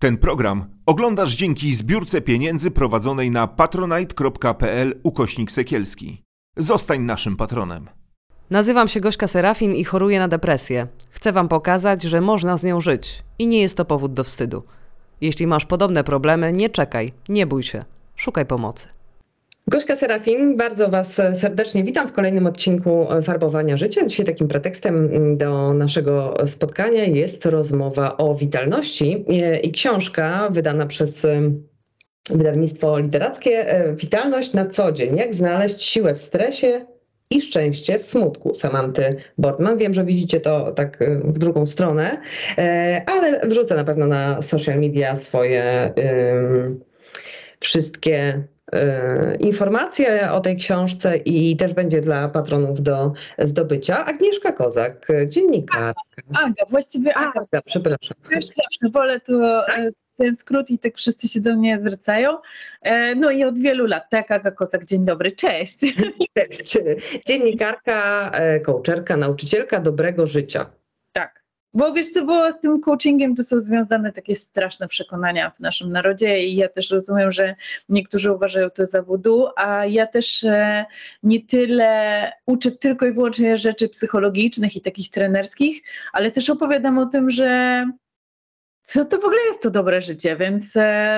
Ten program oglądasz dzięki zbiórce pieniędzy prowadzonej na patronite.pl/Sekielski. Zostań naszym patronem. Nazywam się Gośka Serafin i choruję na depresję. Chcę Wam pokazać, że można z nią żyć i nie jest to powód do wstydu. Jeśli masz podobne problemy, nie czekaj, nie bój się, szukaj pomocy. Gośka Serafin, bardzo Was serdecznie witam w kolejnym odcinku Farbowania Życia. Dzisiaj takim pretekstem do naszego spotkania jest rozmowa o witalności i książka wydana przez wydawnictwo literackie Witalność na co dzień. Jak znaleźć siłę w stresie i szczęście w smutku, Samanty Bortman. Wiem, że widzicie to tak w drugą stronę, ale wrzucę na pewno na social media swoje wszystkie informacje o tej książce i też będzie dla patronów do zdobycia. Agnieszka Kozak, dziennikarka. Aga, przepraszam. Wiesz, zawsze wolę to ten skrót i tak wszyscy się do mnie zwracają. No i od wielu lat, tak, Aga Kozak, dzień dobry, cześć. Cześć. Dziennikarka, coacherka, nauczycielka dobrego życia. Tak. Bo wiesz co, bo z tym coachingiem to są związane takie straszne przekonania w naszym narodzie i ja też rozumiem, że niektórzy uważają to za voodoo, a ja też nie tyle uczę tylko i wyłącznie rzeczy psychologicznych i takich trenerskich, ale też opowiadam o tym, że co to w ogóle jest to dobre życie, więc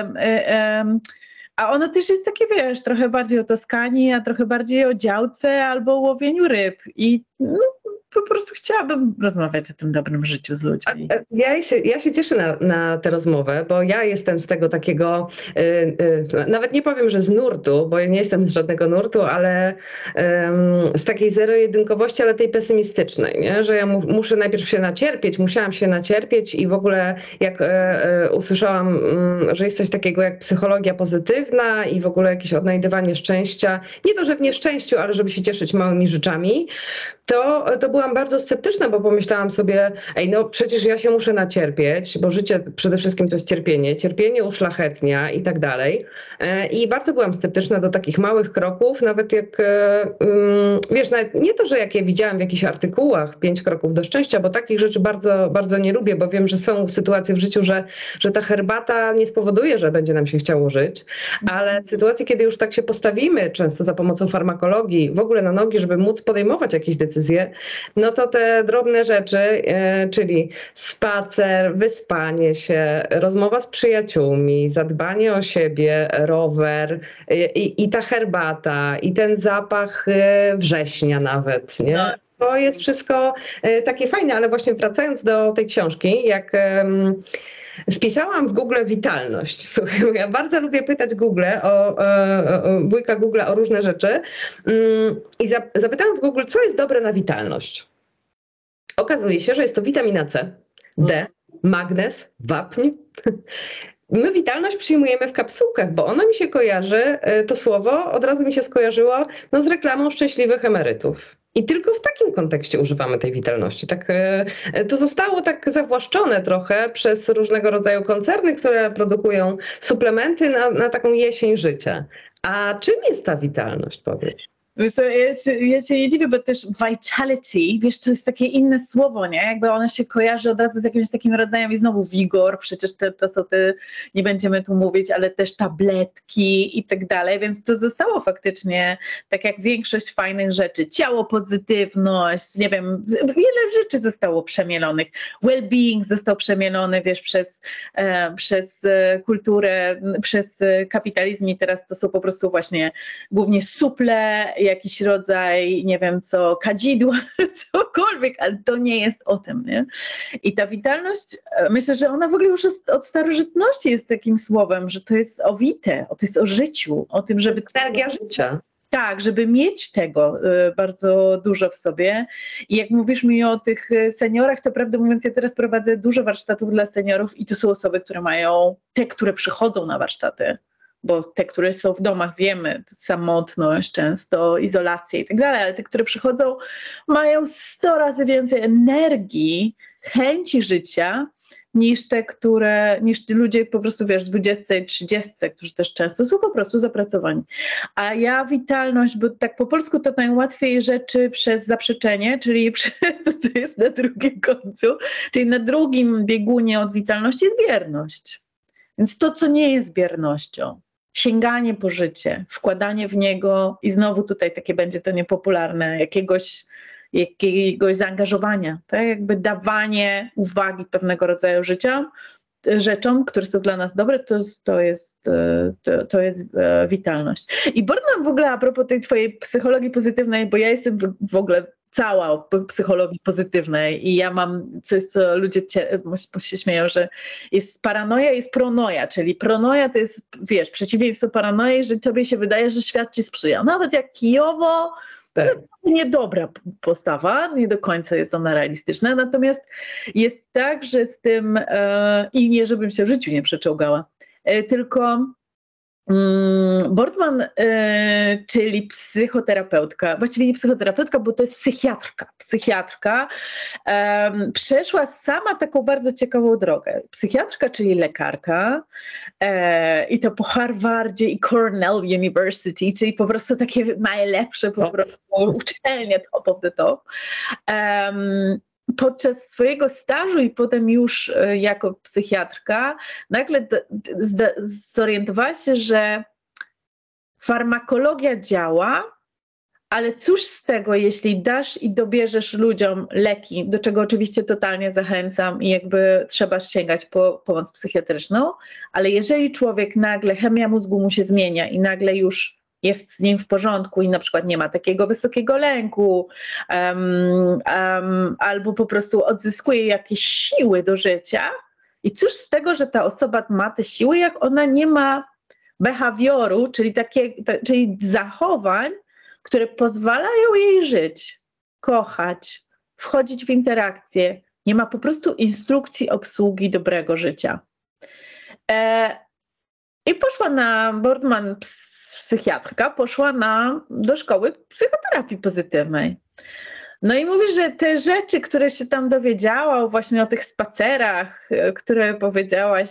a ono też jest takie, wiesz, trochę bardziej o Toskanii, a trochę bardziej o działce albo o łowieniu ryb i no, po prostu chciałabym rozmawiać o tym dobrym życiu z ludźmi. Ja się cieszę na tę rozmowę, bo ja jestem z tego takiego, nawet nie powiem, że z nurtu, bo ja nie jestem z żadnego nurtu, ale z takiej zero-jedynkowości, ale tej pesymistycznej, nie? Że ja muszę najpierw musiałam się nacierpieć i w ogóle jak usłyszałam, że jest coś takiego jak psychologia pozytywna i w ogóle jakieś odnajdywanie szczęścia, nie to, że w nieszczęściu, ale żeby się cieszyć małymi rzeczami, to byłam bardzo sceptyczna, bo pomyślałam sobie, no przecież ja się muszę nacierpieć, bo życie przede wszystkim to jest cierpienie uszlachetnia i tak dalej. I bardzo byłam sceptyczna do takich małych kroków, nawet jak, wiesz, nawet nie to, że jak je widziałam w jakichś artykułach, 5 kroków do szczęścia, bo takich rzeczy bardzo, bardzo nie lubię, bo wiem, że są sytuacje w życiu, że ta herbata nie spowoduje, że będzie nam się chciało żyć, ale w sytuacji, kiedy już tak się postawimy, często za pomocą farmakologii, w ogóle na nogi, żeby móc podejmować jakieś decyzje, no to te drobne rzeczy, czyli spacer, wyspanie się, rozmowa z przyjaciółmi, zadbanie o siebie, rower i ta herbata i ten zapach września nawet, nie? To jest wszystko takie fajne, ale właśnie wracając do tej książki, jak wpisałam w Google witalność. Słuchaj, ja bardzo lubię pytać wujka Google o różne rzeczy i zapytałam w Google, co jest dobre na witalność. Okazuje się, że jest to witamina C, D, magnez, wapń. My witalność przyjmujemy w kapsułkach, bo ona mi się kojarzy, to słowo od razu mi się skojarzyło z reklamą szczęśliwych emerytów. I tylko w takim kontekście używamy tej witalności. Tak, to zostało tak zawłaszczone trochę przez różnego rodzaju koncerny, które produkują suplementy na taką jesień życia. A czym jest ta witalność, powiedz? Wiesz co, ja się nie dziwię, bo też vitality, wiesz, to jest takie inne słowo, nie? Jakby ono się kojarzy od razu z jakimś takim rodzajem i znowu wigor, przecież to są te, nie będziemy tu mówić, ale też tabletki i tak dalej, więc to zostało faktycznie, tak jak większość fajnych rzeczy, ciało pozytywność, nie wiem, wiele rzeczy zostało przemielonych, well-being został przemielony, wiesz, przez kulturę, przez kapitalizm i teraz to są po prostu właśnie głównie suple, jakiś rodzaj, nie wiem co, kadzidła, cokolwiek, ale to nie jest o tym, nie? I ta witalność, myślę, że ona w ogóle już od starożytności jest takim słowem, że to jest o vitae, to jest o życiu, o tym, żeby... To jest energia życia. Tak, żeby mieć tego bardzo dużo w sobie. I jak mówisz mi o tych seniorach, to prawdę mówiąc, ja teraz prowadzę dużo warsztatów dla seniorów i to są osoby, które mają, te, które przychodzą na warsztaty, bo te, które są w domach, wiemy, to samotność, często izolacja i tak dalej, ale te, które przychodzą, mają 100 razy więcej energii, chęci życia niż ci ludzie po prostu, wiesz, 20 i 30, którzy też często są po prostu zapracowani. A ja witalność, bo tak po polsku to najłatwiej rzeczy przez zaprzeczenie, czyli przez to, co jest na drugim końcu, czyli na drugim biegunie od witalności jest bierność. Więc to, co nie jest biernością, sięganie po życie, wkładanie w niego i znowu tutaj takie będzie to niepopularne, jakiegoś zaangażowania, tak? Jakby dawanie uwagi pewnego rodzaju rzeczom, które są dla nas dobre, to jest witalność. I Boardman w ogóle a propos tej twojej psychologii pozytywnej, bo ja jestem w ogóle cała o psychologii pozytywnej i ja mam coś, co ludzie się śmieją, że jest paranoja, jest pronoja, czyli pronoja to jest, wiesz, przeciwieństwo paranoi, że tobie się wydaje, że świat ci sprzyja. Nawet jak kijowo, Tak. no, niedobra postawa, nie do końca jest ona realistyczna, natomiast jest tak, że z tym, i nie żebym się w życiu nie przeczołgała, tylko Boardman, czyli psychoterapeutka, właściwie nie psychoterapeutka, bo to jest psychiatrka, przeszła sama taką bardzo ciekawą drogę. Psychiatrka, czyli lekarka, i to po Harvardzie i Cornell University, czyli po prostu takie najlepsze po prostu uczelnie top of the top. Podczas swojego stażu i potem już jako psychiatrka nagle zorientowała się, że farmakologia działa, ale cóż z tego, jeśli dasz i dobierzesz ludziom leki, do czego oczywiście totalnie zachęcam i jakby trzeba sięgać po pomoc psychiatryczną, ale jeżeli człowiek nagle, chemia mózgu mu się zmienia i nagle już jest z nim w porządku i na przykład nie ma takiego wysokiego lęku, albo po prostu odzyskuje jakieś siły do życia. I cóż z tego, że ta osoba ma te siły, jak ona nie ma behawioru, czyli zachowań, które pozwalają jej żyć, kochać, wchodzić w interakcje. Nie ma po prostu instrukcji obsługi dobrego życia. I poszła na Boardman, psychiatrka, poszła do szkoły psychoterapii pozytywnej. No i mówi, że te rzeczy, które się tam dowiedziała, właśnie o tych spacerach, które powiedziałaś,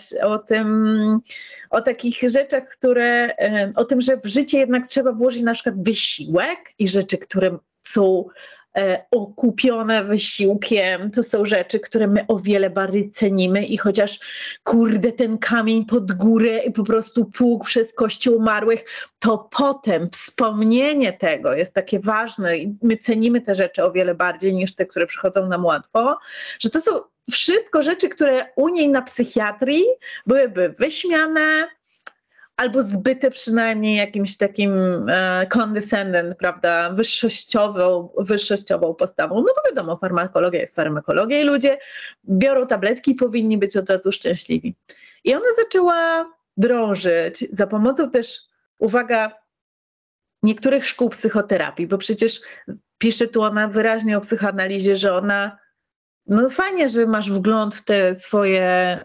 o takich rzeczach, o tym, że w życie jednak trzeba włożyć na przykład wysiłek i rzeczy, które są okupione wysiłkiem, to są rzeczy, które my o wiele bardziej cenimy i chociaż kurde ten kamień pod górę i po prostu pług przez kości umarłych, to potem wspomnienie tego jest takie ważne i my cenimy te rzeczy o wiele bardziej niż te, które przychodzą nam łatwo, że to są wszystko rzeczy, które u niej na psychiatrii byłyby wyśmiane, albo zbyte przynajmniej jakimś takim condescendent, prawda, wyższościową postawą. No bo wiadomo, farmakologia jest farmakologia i ludzie biorą tabletki i powinni być od razu szczęśliwi. I ona zaczęła drążyć za pomocą też, uwaga, niektórych szkół psychoterapii, bo przecież pisze tu ona wyraźnie o psychoanalizie, że ona, no fajnie, że masz wgląd w te swoje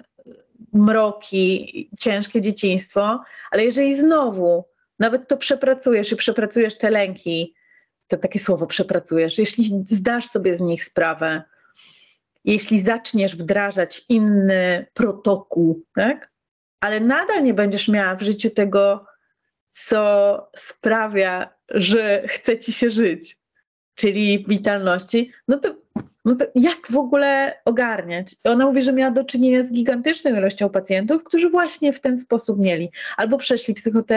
mroki, ciężkie dzieciństwo, ale jeżeli znowu nawet to przepracujesz i przepracujesz te lęki, to takie słowo przepracujesz, jeśli zdasz sobie z nich sprawę, jeśli zaczniesz wdrażać inny protokół, tak? Ale nadal nie będziesz miała w życiu tego, co sprawia, że chce ci się żyć, czyli witalności, no to jak w ogóle ogarniać? Ona mówi, że miała do czynienia z gigantyczną ilością pacjentów, którzy właśnie w ten sposób mieli. Albo przeszli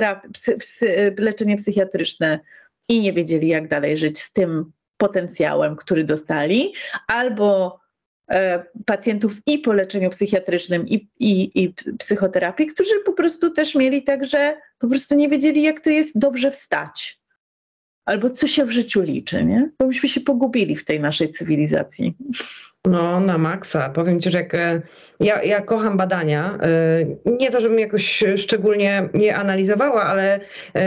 leczenie psychiatryczne i nie wiedzieli, jak dalej żyć z tym potencjałem, który dostali, albo pacjentów i po leczeniu psychiatrycznym i psychoterapii, którzy po prostu też mieli tak, że po prostu nie wiedzieli, jak to jest dobrze wstać. Albo co się w życiu liczy, nie? Bo myśmy się pogubili w tej naszej cywilizacji. No, na maksa. Powiem ci, że ja kocham badania. Nie to, żebym jakoś szczególnie je analizowała, ale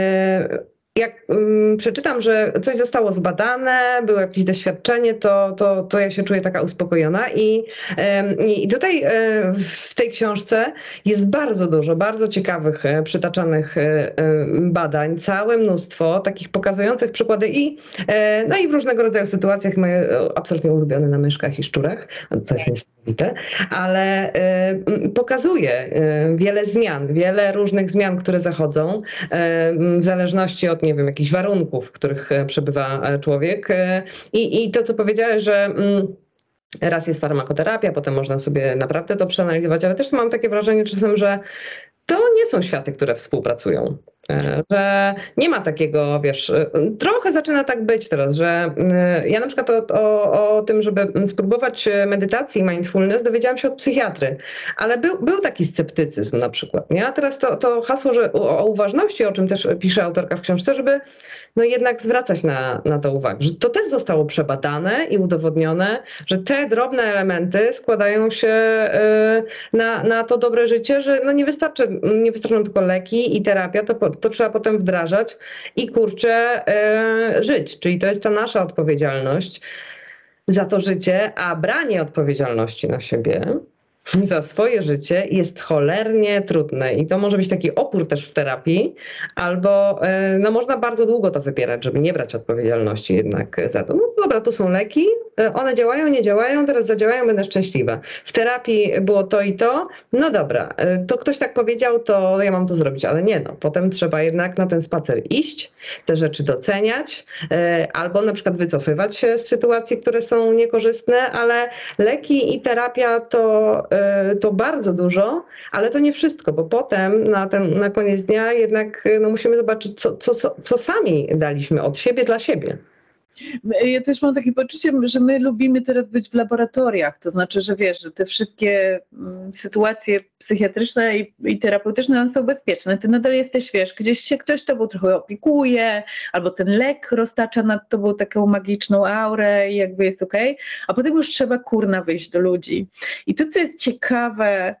jak przeczytam, że coś zostało zbadane, było jakieś doświadczenie, to ja się czuję taka uspokojona. I tutaj w tej książce jest bardzo dużo, bardzo ciekawych, przytaczanych badań, całe mnóstwo takich pokazujących przykłady i w różnego rodzaju sytuacjach, moje absolutnie ulubione na myszkach i szczurach, co jest niesamowite, ale pokazuje wiele zmian, wiele różnych zmian, które zachodzą w zależności od, nie wiem, jakichś warunków, w których przebywa człowiek. I to, co powiedziałeś, że raz jest farmakoterapia, potem można sobie naprawdę to przeanalizować, ale też mam takie wrażenie czasem, że to nie są światy, które współpracują. Że nie ma takiego, wiesz, trochę zaczyna tak być teraz, że ja na przykład o tym, żeby spróbować medytacji, mindfulness, dowiedziałam się od psychiatry, ale był taki sceptycyzm na przykład, nie? A teraz to hasło, że o uważności, o czym też pisze autorka w książce, żeby no jednak zwracać na to uwagę, że to też zostało przebadane i udowodnione, że te drobne elementy składają się na to dobre życie, że no nie wystarczą tylko leki i terapia, to trzeba potem wdrażać i kurczę żyć, czyli to jest ta nasza odpowiedzialność za to życie, a branie odpowiedzialności na siebie za swoje życie jest cholernie trudne i to może być taki opór też w terapii, albo no można bardzo długo to wypierać, żeby nie brać odpowiedzialności jednak za to. No dobra, tu są leki, one działają, nie działają, teraz zadziałają, będę szczęśliwa. W terapii było to i to, no dobra, to ktoś tak powiedział, to ja mam to zrobić, ale nie no, potem trzeba jednak na ten spacer iść, te rzeczy doceniać, albo na przykład wycofywać się z sytuacji, które są niekorzystne, ale leki i terapia to bardzo dużo, ale to nie wszystko, bo potem na koniec dnia jednak no, musimy zobaczyć, co sami daliśmy od siebie dla siebie. Ja też mam takie poczucie, że my lubimy teraz być w laboratoriach, to znaczy, że wiesz, że te wszystkie sytuacje psychiatryczne i terapeutyczne one są bezpieczne. Ty nadal jesteś, wiesz, gdzieś się ktoś tobą trochę opiekuje, albo ten lek roztacza nad tobą taką magiczną aurę i jakby jest okej, a potem już trzeba kurna wyjść do ludzi. I to, co jest ciekawe,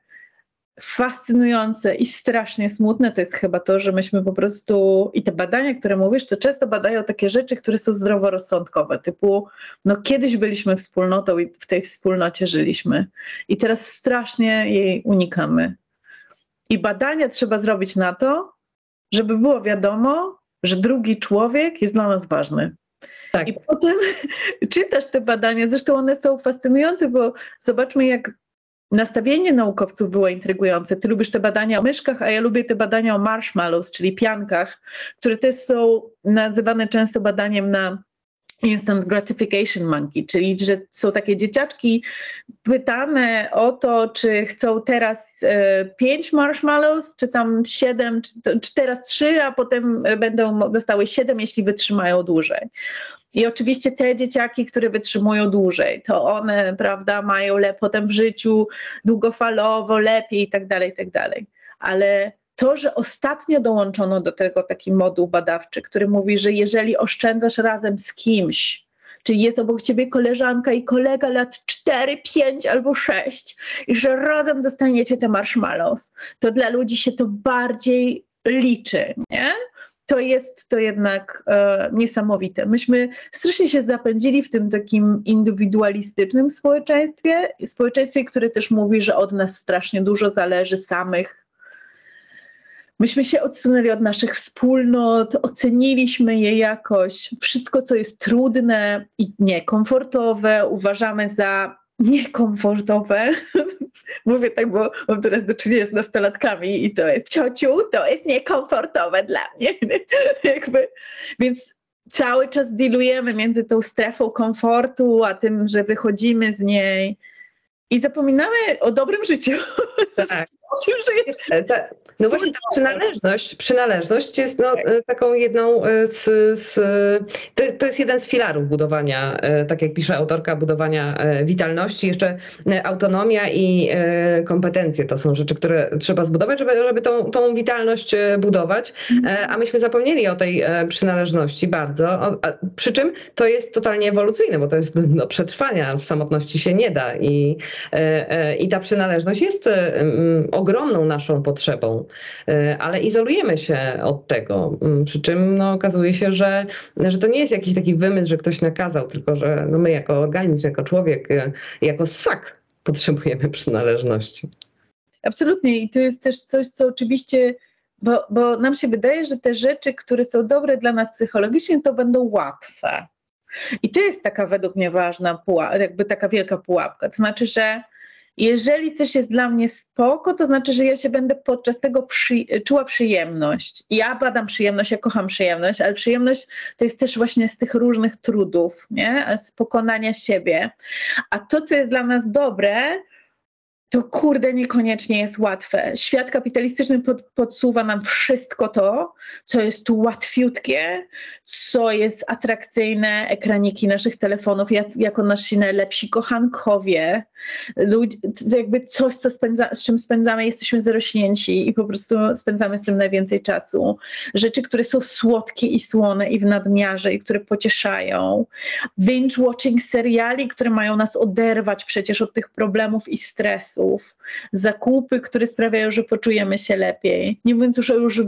fascynujące i strasznie smutne to jest chyba to, że myśmy po prostu, i te badania, które mówisz, to często badają takie rzeczy, które są zdroworozsądkowe, typu no kiedyś byliśmy wspólnotą i w tej wspólnocie żyliśmy i teraz strasznie jej unikamy. I badania trzeba zrobić na to, żeby było wiadomo, że drugi człowiek jest dla nas ważny. Tak. I potem czytasz te badania, zresztą one są fascynujące, bo zobaczmy, jak nastawienie naukowców było intrygujące. Ty lubisz te badania o myszkach, a ja lubię te badania o marshmallows, czyli piankach, które też są nazywane często badaniem na instant gratification monkey, czyli że są takie dzieciaczki pytane o to, czy chcą teraz 5 marshmallows, czy tam 7, czy teraz 3, a potem będą dostały 7, jeśli wytrzymają dłużej. I oczywiście te dzieciaki, które wytrzymują dłużej, to one, prawda, mają potem w życiu długofalowo, lepiej i tak dalej. Ale to, że ostatnio dołączono do tego taki moduł badawczy, który mówi, że jeżeli oszczędzasz razem z kimś, czyli jest obok ciebie koleżanka i kolega lat 4, 5 albo 6 i że razem dostaniecie te marshmallows, to dla ludzi się to bardziej liczy, nie? To jest to jednak niesamowite. Myśmy strasznie się zapędzili w tym takim indywidualistycznym społeczeństwie, które też mówi, że od nas strasznie dużo zależy samych. Myśmy się odsunęli od naszych wspólnot, oceniliśmy je jakoś. Wszystko, co jest trudne i niekomfortowe, uważamy za niekomfortowe. Mówię tak, bo mam teraz do czynienia z nastolatkami i to jest ciociu, to jest niekomfortowe dla mnie. Jakby. Więc cały czas dealujemy między tą strefą komfortu, a tym, że wychodzimy z niej i zapominamy o dobrym życiu. Tak. O tym, że jest... No właśnie ta przynależność jest no, taką jedną to jest jeden z filarów budowania, tak jak pisze autorka, budowania witalności. Jeszcze autonomia i kompetencje to są rzeczy, które trzeba zbudować, żeby tą witalność budować, a myśmy zapomnieli o tej przynależności bardzo, przy czym to jest totalnie ewolucyjne, bo to jest do przetrwania, w samotności się nie da i ta przynależność jest ogromną naszą potrzebą, ale izolujemy się od tego, przy czym no, okazuje się, że to nie jest jakiś taki wymysł, że ktoś nakazał, tylko że no, my jako organizm, jako człowiek, jako ssak potrzebujemy przynależności. Absolutnie i to jest też coś, co oczywiście, bo nam się wydaje, że te rzeczy, które są dobre dla nas psychologicznie, to będą łatwe. I to jest taka według mnie ważna jakby taka wielka pułapka. To znaczy, że jeżeli coś jest dla mnie spoko, to znaczy, że ja się będę podczas tego czuła przyjemność. Ja badam przyjemność, ja kocham przyjemność, ale przyjemność to jest też właśnie z tych różnych trudów, nie? Z pokonania siebie. A to, co jest dla nas dobre, to kurde niekoniecznie jest łatwe. Świat kapitalistyczny podsuwa nam wszystko to, co jest tu łatwiutkie, co jest atrakcyjne, ekraniki naszych telefonów, jako nasi najlepsi kochankowie, jakby coś, z czym spędzamy, jesteśmy zarośnięci i po prostu spędzamy z tym najwięcej czasu. Rzeczy, które są słodkie i słone i w nadmiarze i które pocieszają. Binge-watching seriali, które mają nas oderwać przecież od tych problemów i stresów. Zakupy, które sprawiają, że poczujemy się lepiej. Nie mówiąc już o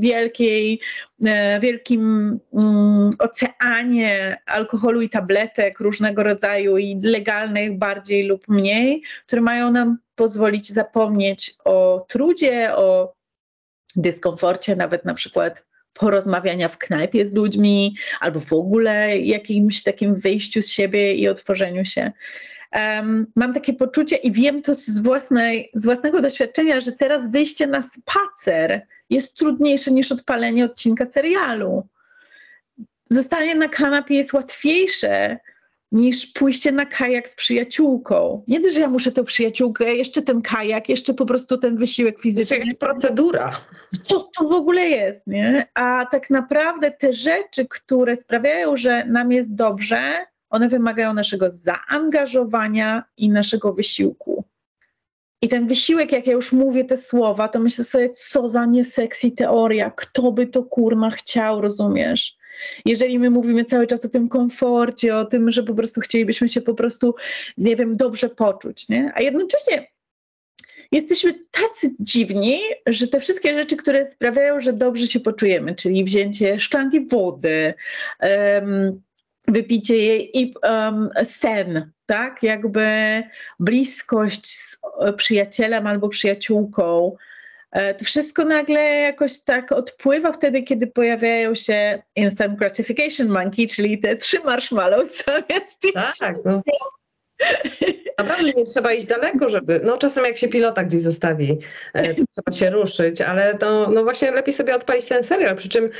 wielkim oceanie alkoholu i tabletek różnego rodzaju i legalnych bardziej lub mniej, które mają nam pozwolić zapomnieć o trudzie, o dyskomforcie, nawet na przykład porozmawiania w knajpie z ludźmi albo w ogóle jakimś takim wyjściu z siebie i otworzeniu się. Mam takie poczucie i wiem to z własnego doświadczenia, że teraz wyjście na spacer jest trudniejsze niż odpalenie odcinka serialu. Zostanie na kanapie jest łatwiejsze niż pójście na kajak z przyjaciółką. Nie tylko, że ja muszę tę przyjaciółkę, jeszcze ten kajak, jeszcze po prostu ten wysiłek fizyczny. To jest procedura. Co to w ogóle jest, nie? A tak naprawdę te rzeczy, które sprawiają, że nam jest dobrze, one wymagają naszego zaangażowania i naszego wysiłku. I ten wysiłek, jak ja już mówię te słowa, to myślę sobie, co za niesexy teoria, kto by to kurma chciał, rozumiesz? Jeżeli my mówimy cały czas o tym komforcie, o tym, że po prostu chcielibyśmy się po prostu, nie wiem, dobrze poczuć, nie? A jednocześnie jesteśmy tacy dziwni, że te wszystkie rzeczy, które sprawiają, że dobrze się poczujemy, czyli wzięcie szklanki wody, wypicie jej i sen, tak? Jakby bliskość z przyjacielem albo przyjaciółką. To wszystko nagle jakoś tak odpływa wtedy, kiedy pojawiają się instant gratification monkey, czyli te 3 marshmallows zamiast tych Tak, no. Naprawdę nie trzeba iść daleko, żeby, no czasem jak się pilota gdzieś zostawi, to trzeba się ruszyć, ale no właśnie lepiej sobie odpalić ten serial, przy czym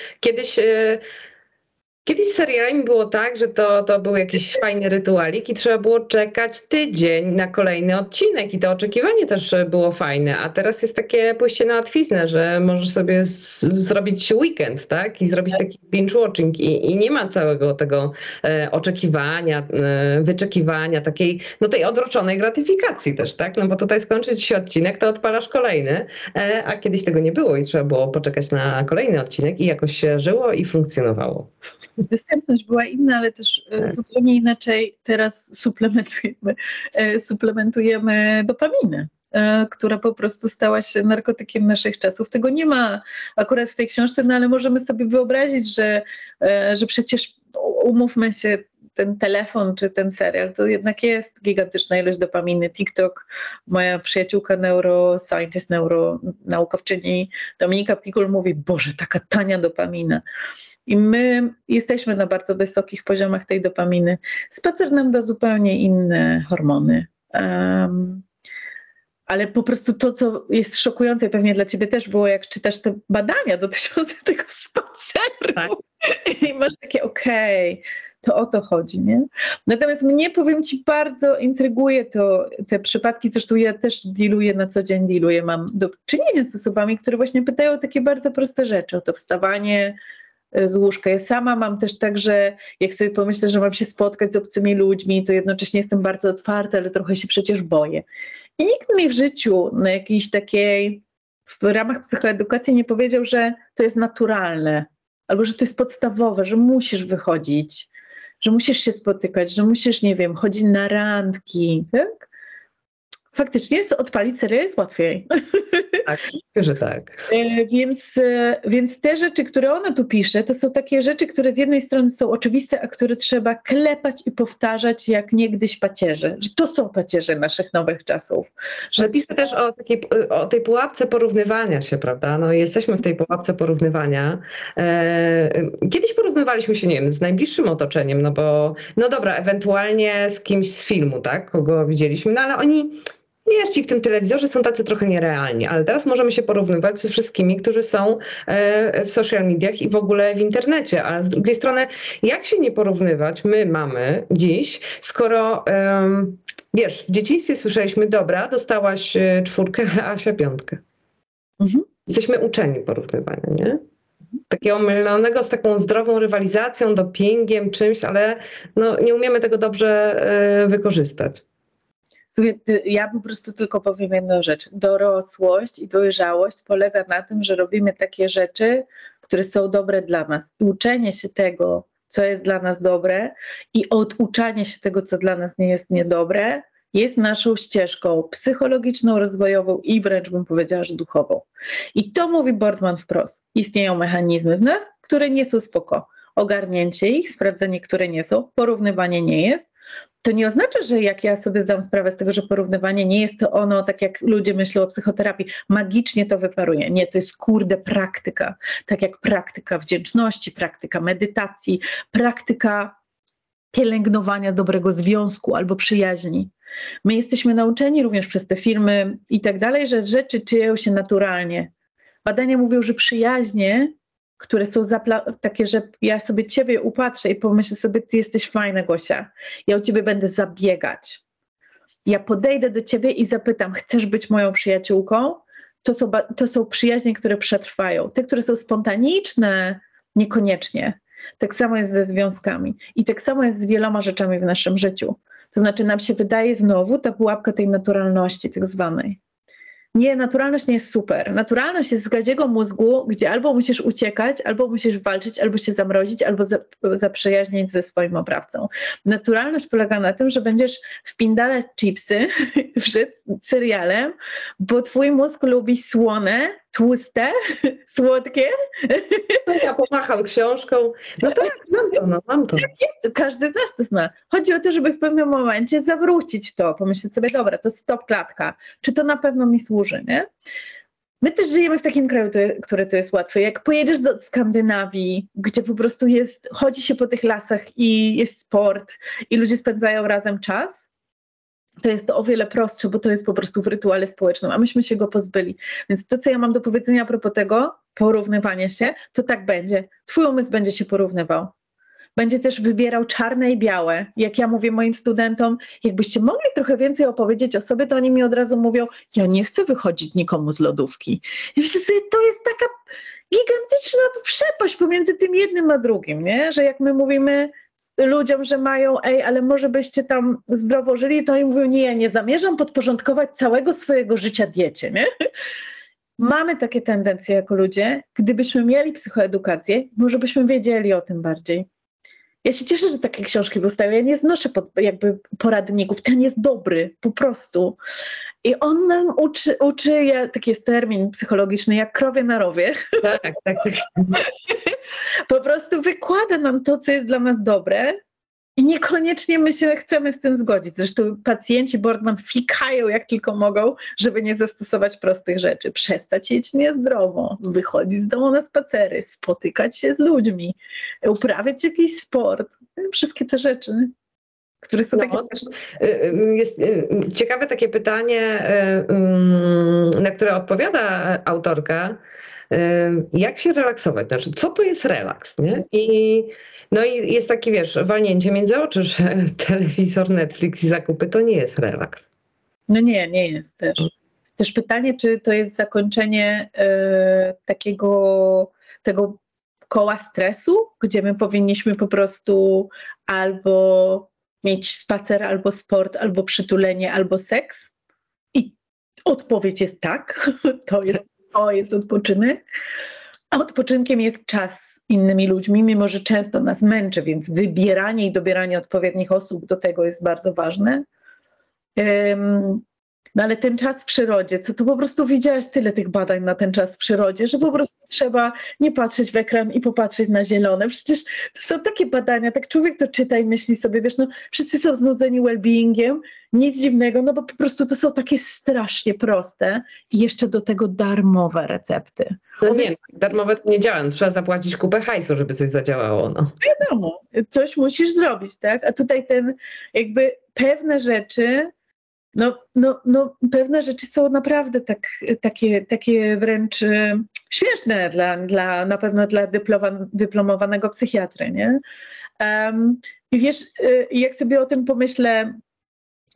Kiedyś z serialami było tak, że to był jakiś fajny rytualik i trzeba było czekać tydzień na kolejny odcinek i to oczekiwanie też było fajne, a teraz jest takie pójście na łatwiznę, że możesz sobie zrobić weekend, tak? I zrobić taki binge-watching i nie ma całego tego oczekiwania, wyczekiwania, tej odroczonej gratyfikacji też, tak? No bo tutaj skończyć się odcinek, to odpalasz kolejny, a kiedyś tego nie było i trzeba było poczekać na kolejny odcinek i jakoś się żyło i funkcjonowało. Dostępność była inna, ale też zupełnie inaczej teraz suplementujemy dopaminę, która po prostu stała się narkotykiem naszych czasów. Tego nie ma akurat w tej książce, no ale możemy sobie wyobrazić, że przecież umówmy się, ten telefon czy ten serial, to jednak jest gigantyczna ilość dopaminy. TikTok, moja przyjaciółka neuroscientist, neuronaukowczyni Dominika Pikul mówi, Boże, taka tania dopamina. I my jesteśmy na bardzo wysokich poziomach tej dopaminy. Spacer nam da zupełnie inne hormony. Ale po prostu to, co jest szokujące, pewnie dla ciebie też było, jak czytasz te badania dotyczące tego spaceru. Tak. I masz takie okej, to o to chodzi, nie? Natomiast mnie, powiem ci, bardzo intryguje te przypadki, zresztą ja też na co dzień mam do czynienia z osobami, które właśnie pytają o takie bardzo proste rzeczy, o to wstawanie z łóżka. Ja sama mam też tak, że jak sobie pomyślę, że mam się spotkać z obcymi ludźmi, to jednocześnie jestem bardzo otwarta, ale trochę się przecież boję. I nikt mi w życiu na jakiejś takiej, w ramach psychoedukacji nie powiedział, że to jest naturalne, albo że to jest podstawowe, że musisz wychodzić, że musisz się spotykać, że musisz, nie wiem, chodzić na randki, tak? Faktycznie odpalić serial jest łatwiej. Tak, że tak. Więc te rzeczy, które ona tu pisze, to są takie rzeczy, które z jednej strony są oczywiste, a które trzeba klepać i powtarzać jak niegdyś pacierze. Że to są pacierze naszych nowych czasów. Że pisze też o tej pułapce porównywania się, prawda? No jesteśmy w tej pułapce porównywania. Kiedyś porównywaliśmy się, nie wiem, z najbliższym otoczeniem, no bo, no dobra, ewentualnie z kimś z filmu, tak? Kogo widzieliśmy, no ale oni... Wiesz, ci w tym telewizorze są tacy trochę nierealni, ale teraz możemy się porównywać ze wszystkimi, którzy są w social mediach i w ogóle w internecie, ale z drugiej strony, jak się nie porównywać my mamy dziś, skoro wiesz, w dzieciństwie słyszeliśmy, dobra, dostałaś 4, a Asia 5. Mhm. Jesteśmy uczeni porównywania, nie? Takiego mylonego z taką zdrową rywalizacją, dopingiem, czymś, ale no, nie umiemy tego dobrze wykorzystać. Słuchaj, ja po prostu tylko powiem jedną rzecz. Dorosłość i dojrzałość polega na tym, że robimy takie rzeczy, które są dobre dla nas. I uczenie się tego, co jest dla nas dobre i oduczanie się tego, co dla nas nie jest niedobre, jest naszą ścieżką psychologiczną, rozwojową i wręcz bym powiedziała, że duchową. I to mówi Boardman wprost. Istnieją mechanizmy w nas, które nie są spoko. Ogarnięcie ich, sprawdzenie, które nie są, porównywanie nie jest. To nie oznacza, że jak ja sobie zdam sprawę z tego, że porównywanie nie jest to ono, tak jak ludzie myślą o psychoterapii, magicznie to wyparuje. Nie, to jest praktyka. Tak jak praktyka wdzięczności, praktyka medytacji, praktyka pielęgnowania dobrego związku albo przyjaźni. My jesteśmy nauczeni również przez te filmy i tak dalej, że rzeczy dzieją się naturalnie. Badania mówią, że przyjaźnie, które są takie, że ja sobie ciebie upatrzę i pomyślę sobie, ty jesteś fajna, Gosia, ja o ciebie będę zabiegać. Ja podejdę do ciebie i zapytam, chcesz być moją przyjaciółką? To są przyjaźnie, które przetrwają. Te, które są spontaniczne, niekoniecznie. Tak samo jest ze związkami. I tak samo jest z wieloma rzeczami w naszym życiu. To znaczy nam się wydaje znowu ta pułapka tej naturalności tak zwanej. Nie, naturalność nie jest super. Naturalność jest z gadziego mózgu, gdzie albo musisz uciekać, albo musisz walczyć, albo się zamrozić, albo zaprzyjaźnić ze swoim oprawcą. Naturalność polega na tym, że będziesz wpindalać chipsy przed serialem, bo twój mózg lubi słone, tłuste, słodkie. Ja pomacham książką. No tak, mam to. Jest, każdy z nas to zna. Chodzi o to, żeby w pewnym momencie zawrócić to, pomyśleć sobie, dobra, to stop klatka. Czy to na pewno mi służy, nie? My też żyjemy w takim kraju, który to jest łatwe. Jak pojedziesz do Skandynawii, gdzie po prostu chodzi się po tych lasach i jest sport i ludzie spędzają razem czas, to jest to o wiele prostsze, bo to jest po prostu w rytuale społecznym, a myśmy się go pozbyli. Więc to, co ja mam do powiedzenia a propos tego, porównywania się, to tak będzie. Twój umysł będzie się porównywał. Będzie też wybierał czarne i białe. Jak ja mówię moim studentom, jakbyście mogli trochę więcej opowiedzieć o sobie, to oni mi od razu mówią, ja nie chcę wychodzić nikomu z lodówki. I myślę sobie, to jest taka gigantyczna przepaść pomiędzy tym jednym a drugim, nie? Że jak my mówimy ludziom, że mają, ale może byście tam zdrowo żyli, to oni mówią, nie, ja nie zamierzam podporządkować całego swojego życia diecie, nie? Mamy takie tendencje jako ludzie. Gdybyśmy mieli psychoedukację, może byśmy wiedzieli o tym bardziej. Ja się cieszę, że takie książki powstają. Ja nie znoszę jakby poradników. Ten jest dobry, po prostu. I on nam uczy taki jest termin psychologiczny, jak krowie na rowie. Tak. Po prostu wykłada nam to, co jest dla nas dobre i niekoniecznie my się chcemy z tym zgodzić. Zresztą pacjenci Boardman fikają jak tylko mogą, żeby nie zastosować prostych rzeczy. Przestać jeść niezdrowo, wychodzić z domu na spacery, spotykać się z ludźmi, uprawiać jakiś sport. Wszystkie te rzeczy, które są takie... Jest ciekawe takie pytanie, na które odpowiada autorka. Jak się relaksować? Znaczy, co to jest relaks, nie? No i jest takie, wiesz, walnięcie między oczy, że telewizor, Netflix i zakupy to nie jest relaks. No nie jest też. Też pytanie, czy to jest zakończenie tego koła stresu, gdzie my powinniśmy po prostu albo mieć spacer, albo sport, albo przytulenie, albo seks? I odpowiedź jest tak, to jest odpoczynek. A odpoczynkiem jest czas z innymi ludźmi, mimo że często nas męczy, więc wybieranie i dobieranie odpowiednich osób do tego jest bardzo ważne. No ale ten czas w przyrodzie, co tu po prostu widziałaś tyle tych badań na ten czas w przyrodzie, że po prostu trzeba nie patrzeć w ekran i popatrzeć na zielone. Przecież to są takie badania, tak człowiek to czyta i myśli sobie, wiesz, no wszyscy są znudzeni well-beingiem, nic dziwnego, no bo po prostu to są takie strasznie proste i jeszcze do tego darmowe recepty. No nie, darmowe to nie działa, no, trzeba zapłacić kupę hajsu, żeby coś zadziałało. No. Wiadomo, coś musisz zrobić, tak? A tutaj jakby pewne rzeczy, pewne rzeczy są naprawdę takie wręcz śmieszne na pewno dla dyplomowanego psychiatry, nie? I wiesz, jak sobie o tym pomyślę,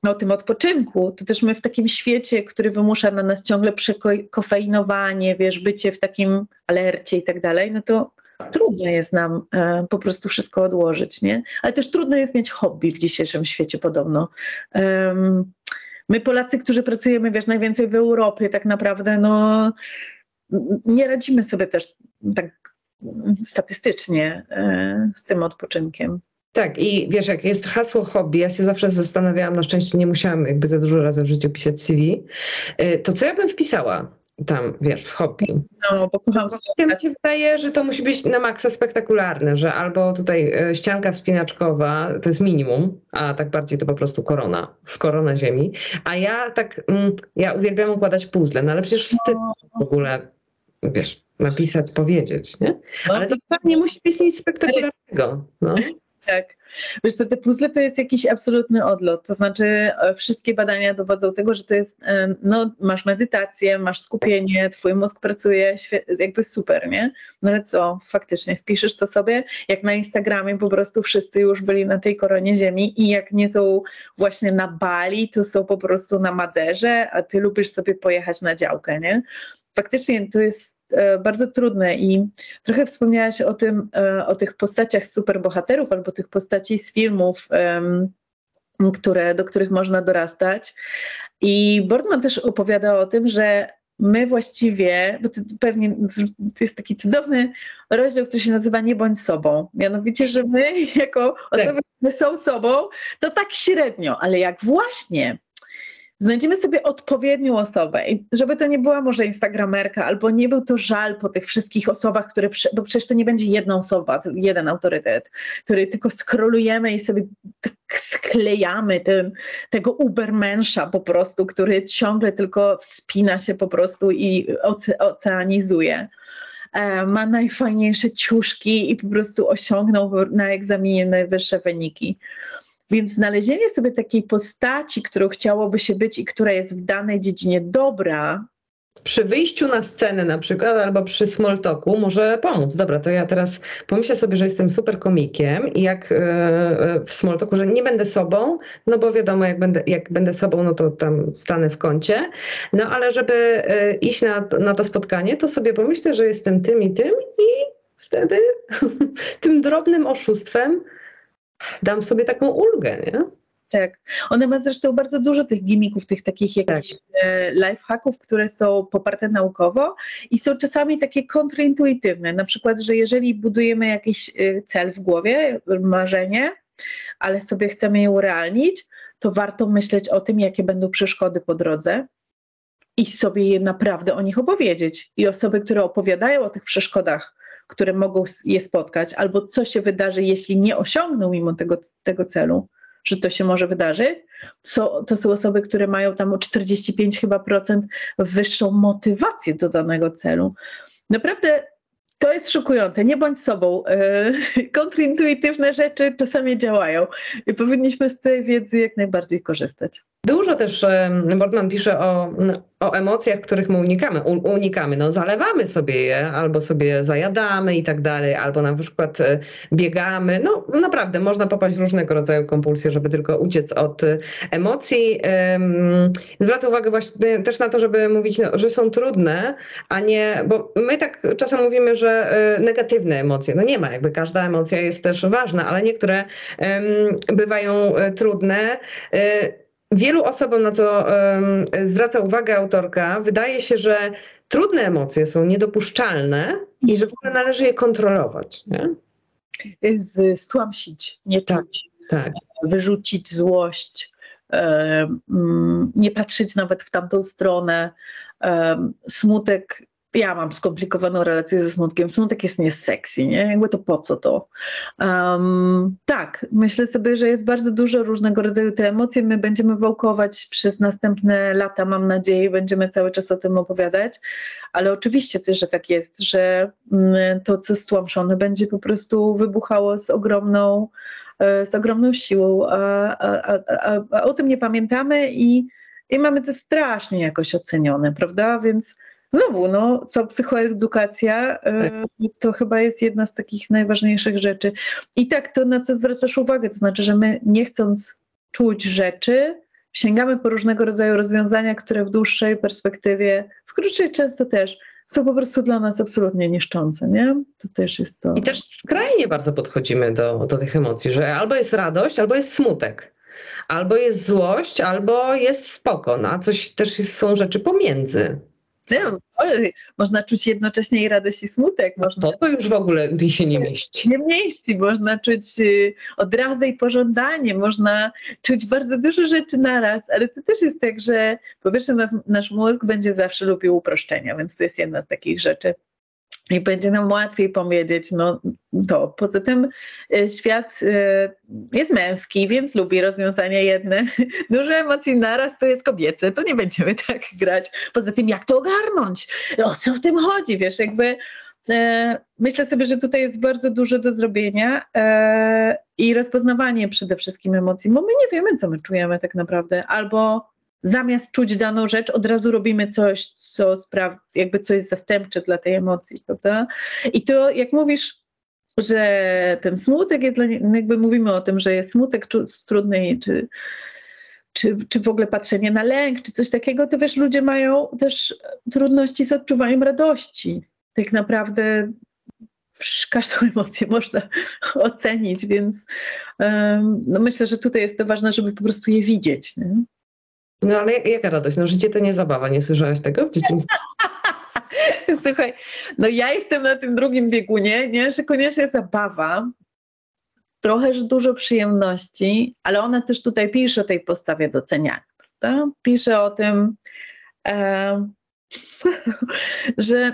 o tym odpoczynku, to też my w takim świecie, który wymusza na nas ciągle przekofeinowanie, wiesz, bycie w takim alercie i tak dalej, no to trudno jest nam po prostu wszystko odłożyć, nie? Ale też trudno jest mieć hobby w dzisiejszym świecie podobno. My Polacy, którzy pracujemy, wiesz, najwięcej w Europie tak naprawdę, no nie radzimy sobie też tak statystycznie z tym odpoczynkiem. Tak, i wiesz, jak jest hasło hobby, ja się zawsze zastanawiałam, na szczęście nie musiałam jakby za dużo razy w życiu pisać CV, to co ja bym wpisała tam, wiesz, w hobby? No, bo kocham Mi się wydaje, że to musi być na maksa spektakularne, że albo tutaj ścianka wspinaczkowa, to jest minimum, a tak bardziej to po prostu korona ziemi, a ja tak, ja uwielbiam układać puzzle, no ale przecież wstyd w ogóle, wiesz, napisać, powiedzieć, nie? Ale to nie musi być nic spektakularnego, no. Tak. Wiesz co, te puzzle to jest jakiś absolutny odlot, to znaczy wszystkie badania dowodzą tego, że to jest, no masz medytację, masz skupienie, twój mózg pracuje jakby super, nie? No ale co, faktycznie wpiszesz to sobie, jak na Instagramie po prostu wszyscy już byli na tej koronie ziemi i jak nie są właśnie na Bali, to są po prostu na Maderze, a ty lubisz sobie pojechać na działkę, nie? Faktycznie to jest bardzo trudne i trochę wspomniałaś o tym, o tych postaciach superbohaterów albo tych postaci z filmów, do których można dorastać. I Boardman też opowiada o tym, że my właściwie, bo to pewnie to jest taki cudowny rozdział, który się nazywa Nie bądź sobą. Mianowicie, że my jako osoby, które są sobą, to tak średnio, ale jak właśnie znajdziemy sobie odpowiednią osobę i żeby to nie była może instagramerka albo nie był to żal po tych wszystkich osobach, bo przecież to nie będzie jedna osoba, jeden autorytet, który tylko scrollujemy i sobie tak sklejamy tego ubermensza po prostu, który ciągle tylko wspina się po prostu i oceanizuje. Ma najfajniejsze ciuszki i po prostu osiągnął na egzaminie najwyższe wyniki. Więc znalezienie sobie takiej postaci, którą chciałoby się być i która jest w danej dziedzinie dobra. Przy wyjściu na scenę na przykład albo przy small talku może pomóc. Dobra, to ja teraz pomyślę sobie, że jestem super komikiem i jak w small talku, że nie będę sobą, no bo wiadomo, jak będę sobą, no to tam stanę w kącie. No ale żeby iść na to spotkanie, to sobie pomyślę, że jestem tym i tym i wtedy tym drobnym oszustwem dam sobie taką ulgę, nie? Tak. One ma zresztą bardzo dużo tych gimików, tych takich jakichś lifehacków, które są poparte naukowo i są czasami takie kontraintuitywne. Na przykład, że jeżeli budujemy jakiś cel w głowie, marzenie, ale sobie chcemy je urealnić, to warto myśleć o tym, jakie będą przeszkody po drodze i sobie je naprawdę o nich opowiedzieć. I osoby, które opowiadają o tych przeszkodach, które mogą je spotkać, albo co się wydarzy, jeśli nie osiągną mimo tego celu, że to się może wydarzyć, to są osoby, które mają tam o 45% chyba wyższą motywację do danego celu. Naprawdę to jest szokujące. Nie bądź sobą. Kontrintuitywne rzeczy czasami działają i powinniśmy z tej wiedzy jak najbardziej korzystać. Dużo też Boardman pisze o emocjach, których my unikamy. No zalewamy sobie je, albo sobie zajadamy i tak dalej, albo na przykład biegamy. No naprawdę można popaść w różnego rodzaju kompulsje, żeby tylko uciec od emocji. Zwracam uwagę właśnie też na to, żeby mówić, no, że są trudne, a nie, bo my tak czasem mówimy, że negatywne emocje. No nie ma, jakby każda emocja jest też ważna, ale niektóre bywają trudne. Wielu osobom, na co zwraca uwagę autorka, wydaje się, że trudne emocje są niedopuszczalne i że w ogóle należy je kontrolować. Nie? Stłamsić, nie czuć, tak. Wyrzucić złość, nie patrzeć nawet w tamtą stronę. Smutek. Ja mam skomplikowaną relację ze smutkiem. Smutek jest niesexy, nie? Jakby to po co to? Tak, myślę sobie, że jest bardzo dużo różnego rodzaju te emocje. My będziemy wałkować przez następne lata, mam nadzieję, będziemy cały czas o tym opowiadać, ale oczywiście też, że tak jest, że to, co stłamszone, będzie po prostu wybuchało z ogromną siłą, a o tym nie pamiętamy i mamy to strasznie jakoś ocenione, prawda? Więc znowu, no, co psychoedukacja, to chyba jest jedna z takich najważniejszych rzeczy. I tak, to na co zwracasz uwagę, to znaczy, że my nie chcąc czuć rzeczy, sięgamy po różnego rodzaju rozwiązania, które w dłuższej perspektywie, w krótszej często też, są po prostu dla nas absolutnie niszczące, nie? To też jest to. I też skrajnie bardzo podchodzimy do tych emocji, że albo jest radość, albo jest smutek. Albo jest złość, albo jest spoko, no, a coś też są rzeczy pomiędzy. Nie, można czuć jednocześnie i radość i smutek. Można To już w ogóle mi się nie mieści. nie mieści, można czuć odrazę i pożądanie, można czuć bardzo dużo rzeczy naraz, ale to też jest tak, że po pierwsze nasz mózg będzie zawsze lubił uproszczenia, więc to jest jedna z takich rzeczy. I będzie nam łatwiej powiedzieć, no to. Poza tym świat jest męski, więc lubi rozwiązania jedne. Dużo emocji naraz to jest kobiece, to nie będziemy tak grać. Poza tym jak to ogarnąć? O co w tym chodzi? Wiesz, jakby myślę sobie, że tutaj jest bardzo dużo do zrobienia i rozpoznawanie przede wszystkim emocji, bo my nie wiemy, co my czujemy tak naprawdę, albo zamiast czuć daną rzecz, od razu robimy coś, co jest zastępcze dla tej emocji, prawda? I to, jak mówisz, że ten smutek jest jakby mówimy o tym, że jest smutek trudny, czy w ogóle patrzenie na lęk, czy coś takiego, to wiesz, ludzie mają też trudności z odczuwaniem radości. Tak naprawdę każdą emocję można ocenić, więc no myślę, że tutaj jest to ważne, żeby po prostu je widzieć, nie? No ale jaka radość? No życie to nie zabawa, nie słyszałaś tego w dzieciństwie? Słuchaj, no ja jestem na tym drugim biegunie, nie, że koniecznie zabawa, trochę dużo przyjemności, ale ona też tutaj pisze o tej postawie doceniania, prawda? Pisze o tym, że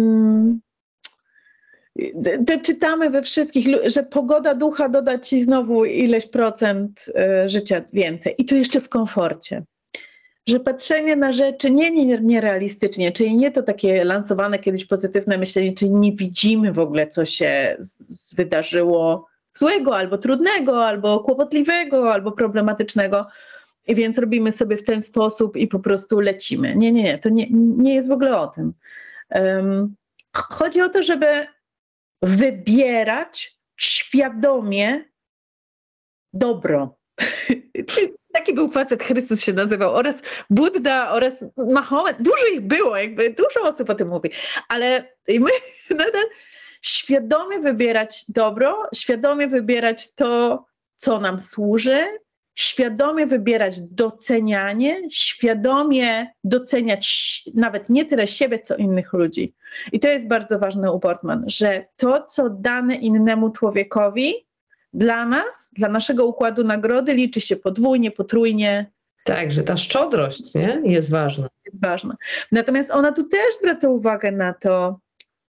czytamy we wszystkich, że pogoda ducha doda ci znowu ileś procent życia więcej i to jeszcze w komforcie. Że patrzenie na rzeczy nierealistycznie, czyli nie to takie lansowane kiedyś pozytywne myślenie, czyli nie widzimy w ogóle, co się wydarzyło złego, albo trudnego, albo kłopotliwego, albo problematycznego. I więc robimy sobie w ten sposób i po prostu lecimy. Nie, to nie jest w ogóle o tym. Chodzi o to, żeby wybierać świadomie dobro. Taki był facet, Chrystus się nazywał, oraz Budda, oraz Mahomet. Dużo ich było, jakby dużo osób o tym mówi. Ale my nadal świadomie wybierać dobro, świadomie wybierać to, co nam służy, świadomie wybierać docenianie, świadomie doceniać nawet nie tyle siebie, co innych ludzi. I to jest bardzo ważne u Portman, że to, co dane innemu człowiekowi, dla nas, dla naszego układu nagrody liczy się podwójnie, potrójnie. Tak, że ta szczodrość, nie, jest ważna. Jest ważna. Natomiast ona tu też zwraca uwagę na to,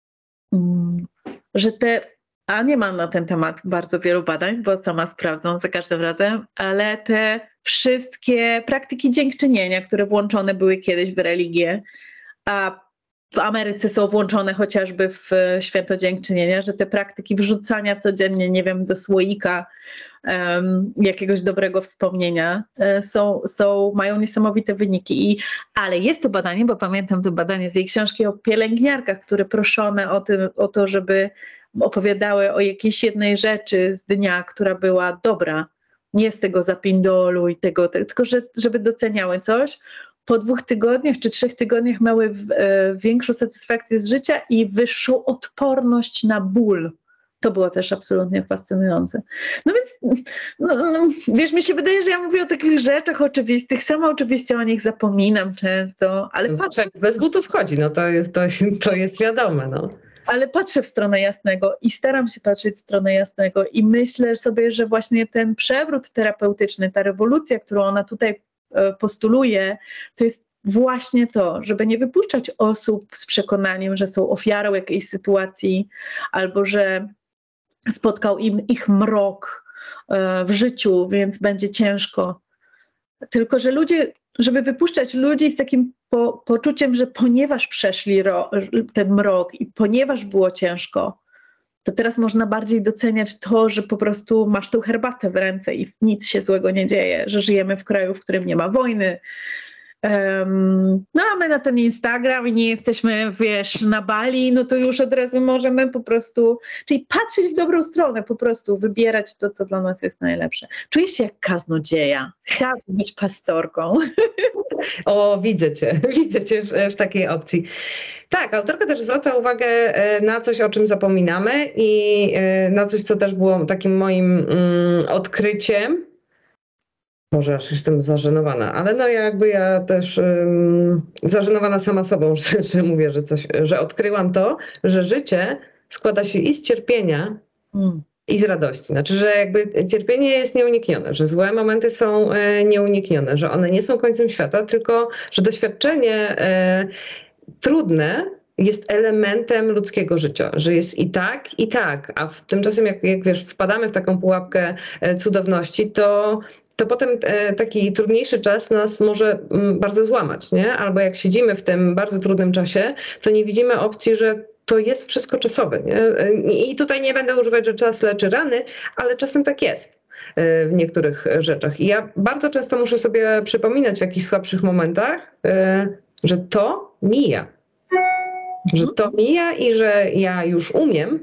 że a nie mam na ten temat bardzo wielu badań, bo sama sprawdzam za każdym razem, ale te wszystkie praktyki dziękczynienia, które włączone były kiedyś w religię, a w Ameryce są włączone chociażby w święto dziękczynienia, że te praktyki wrzucania codziennie, nie wiem, do słoika jakiegoś dobrego wspomnienia mają niesamowite wyniki. Ale jest to badanie, bo pamiętam to badanie z jej książki o pielęgniarkach, które proszone o to, żeby opowiadały o jakiejś jednej rzeczy z dnia, która była dobra, nie z tego zapindolu i tego, tylko żeby doceniały coś. Po 2 tygodniach czy 3 tygodniach miały większą satysfakcję z życia i wyższą odporność na ból. To było też absolutnie fascynujące. No więc, wiesz, mi się wydaje, że ja mówię o takich rzeczach oczywistych, sama oczywiście o nich zapominam często, ale patrzę. Bez butów chodzi, no to jest wiadome, no. Ale patrzę w stronę jasnego i staram się patrzeć w stronę jasnego i myślę sobie, że właśnie ten przewrót terapeutyczny, ta rewolucja, którą ona tutaj postuluje, to jest właśnie to, żeby nie wypuszczać osób z przekonaniem, że są ofiarą jakiejś sytuacji albo że spotkał ich mrok w życiu, więc będzie ciężko. Tylko, że żeby wypuszczać ludzi z takim poczuciem, że ponieważ przeszli ten mrok i ponieważ było ciężko, to teraz można bardziej doceniać to, że po prostu masz tą herbatę w ręce i nic się złego nie dzieje, że żyjemy w kraju, w którym nie ma wojny, No a my na ten Instagram i nie jesteśmy, wiesz, na Bali, no to już od razu możemy po prostu, czyli patrzeć w dobrą stronę, po prostu wybierać to, co dla nas jest najlepsze. Czuję się jak kaznodzieja. Chciałabym być pastorką. O, widzę cię w takiej opcji. Tak, autorka też zwraca uwagę na coś, o czym zapominamy i na coś, co też było takim moim odkryciem. Może aż jestem zażenowana, ale no ja też zażenowana sama sobą, że mówię, że odkryłam to, że życie składa się i z cierpienia, i z radości. Znaczy, że jakby cierpienie jest nieuniknione, że złe momenty są nieuniknione, że one nie są końcem świata, tylko że doświadczenie trudne jest elementem ludzkiego życia, że jest i tak, a tymczasem jak wiesz, wpadamy w taką pułapkę cudowności, to potem taki trudniejszy czas nas może bardzo złamać, nie? Albo jak siedzimy w tym bardzo trudnym czasie, to nie widzimy opcji, że to jest wszystko czasowe, nie? I tutaj nie będę używać, że czas leczy rany, ale czasem tak jest w niektórych rzeczach. I ja bardzo często muszę sobie przypominać w jakichś słabszych momentach, że to mija. Że to mija i że ja już umiem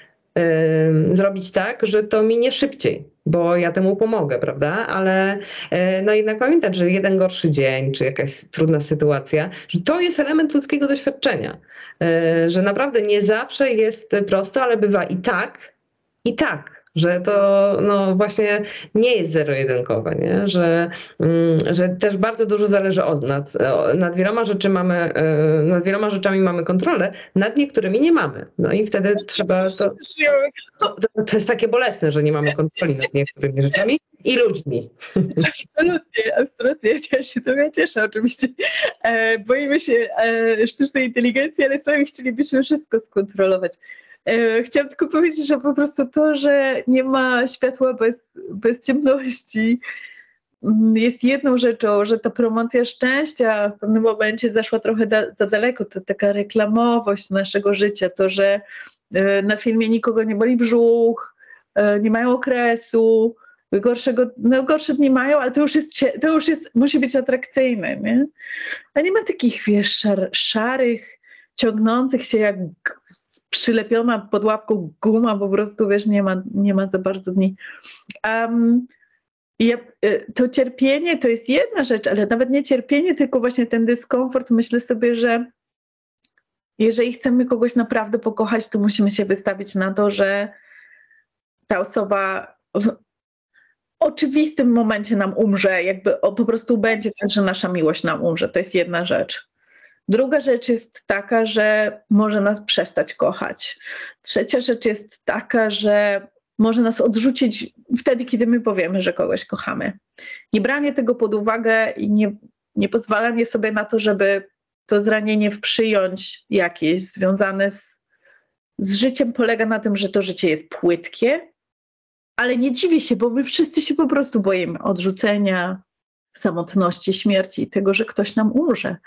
zrobić tak, że to minie szybciej, bo ja temu pomogę, prawda? Ale no jednak pamiętać, że jeden gorszy dzień, czy jakaś trudna sytuacja, że to jest element ludzkiego doświadczenia. Że naprawdę nie zawsze jest prosto, ale bywa i tak. Że to no właśnie nie jest zero-jedynkowe, nie? Że też bardzo dużo zależy od nas. Nad nad wieloma rzeczami mamy kontrolę, nad niektórymi nie mamy. No i wtedy trzeba to jest takie bolesne, że nie mamy kontroli nad niektórymi rzeczami i ludźmi. Absolutnie. Ja się trochę cieszę oczywiście. Boimy się sztucznej inteligencji, ale sami chcielibyśmy wszystko skontrolować. Chciałam tylko powiedzieć, że po prostu to, że nie ma światła bez ciemności, jest jedną rzeczą, że ta promocja szczęścia w pewnym momencie zaszła trochę za daleko. To taka reklamowość naszego życia, to, że na filmie nikogo nie boli brzuch, nie mają okresu, gorsze dni mają, ale to już jest musi być atrakcyjne, nie? A nie ma takich, wiesz, szarych, ciągnących się jak przylepiona pod łapką guma, po prostu, wiesz, nie ma za bardzo dni. To cierpienie to jest jedna rzecz, ale nawet nie cierpienie, tylko właśnie ten dyskomfort. Myślę sobie, że jeżeli chcemy kogoś naprawdę pokochać, to musimy się wystawić na to, że ta osoba w oczywistym momencie nam umrze, jakby po prostu będzie tak, że nasza miłość nam umrze. To jest jedna rzecz. Druga rzecz jest taka, że może nas przestać kochać. Trzecia rzecz jest taka, że może nas odrzucić wtedy, kiedy my powiemy, że kogoś kochamy. Nie branie tego pod uwagę i nie pozwalanie sobie na to, żeby to zranienie przyjąć jakieś związane z życiem polega na tym, że to życie jest płytkie, ale nie dziwię się, bo my wszyscy się po prostu boimy odrzucenia, samotności, śmierci i tego, że ktoś nam umrze.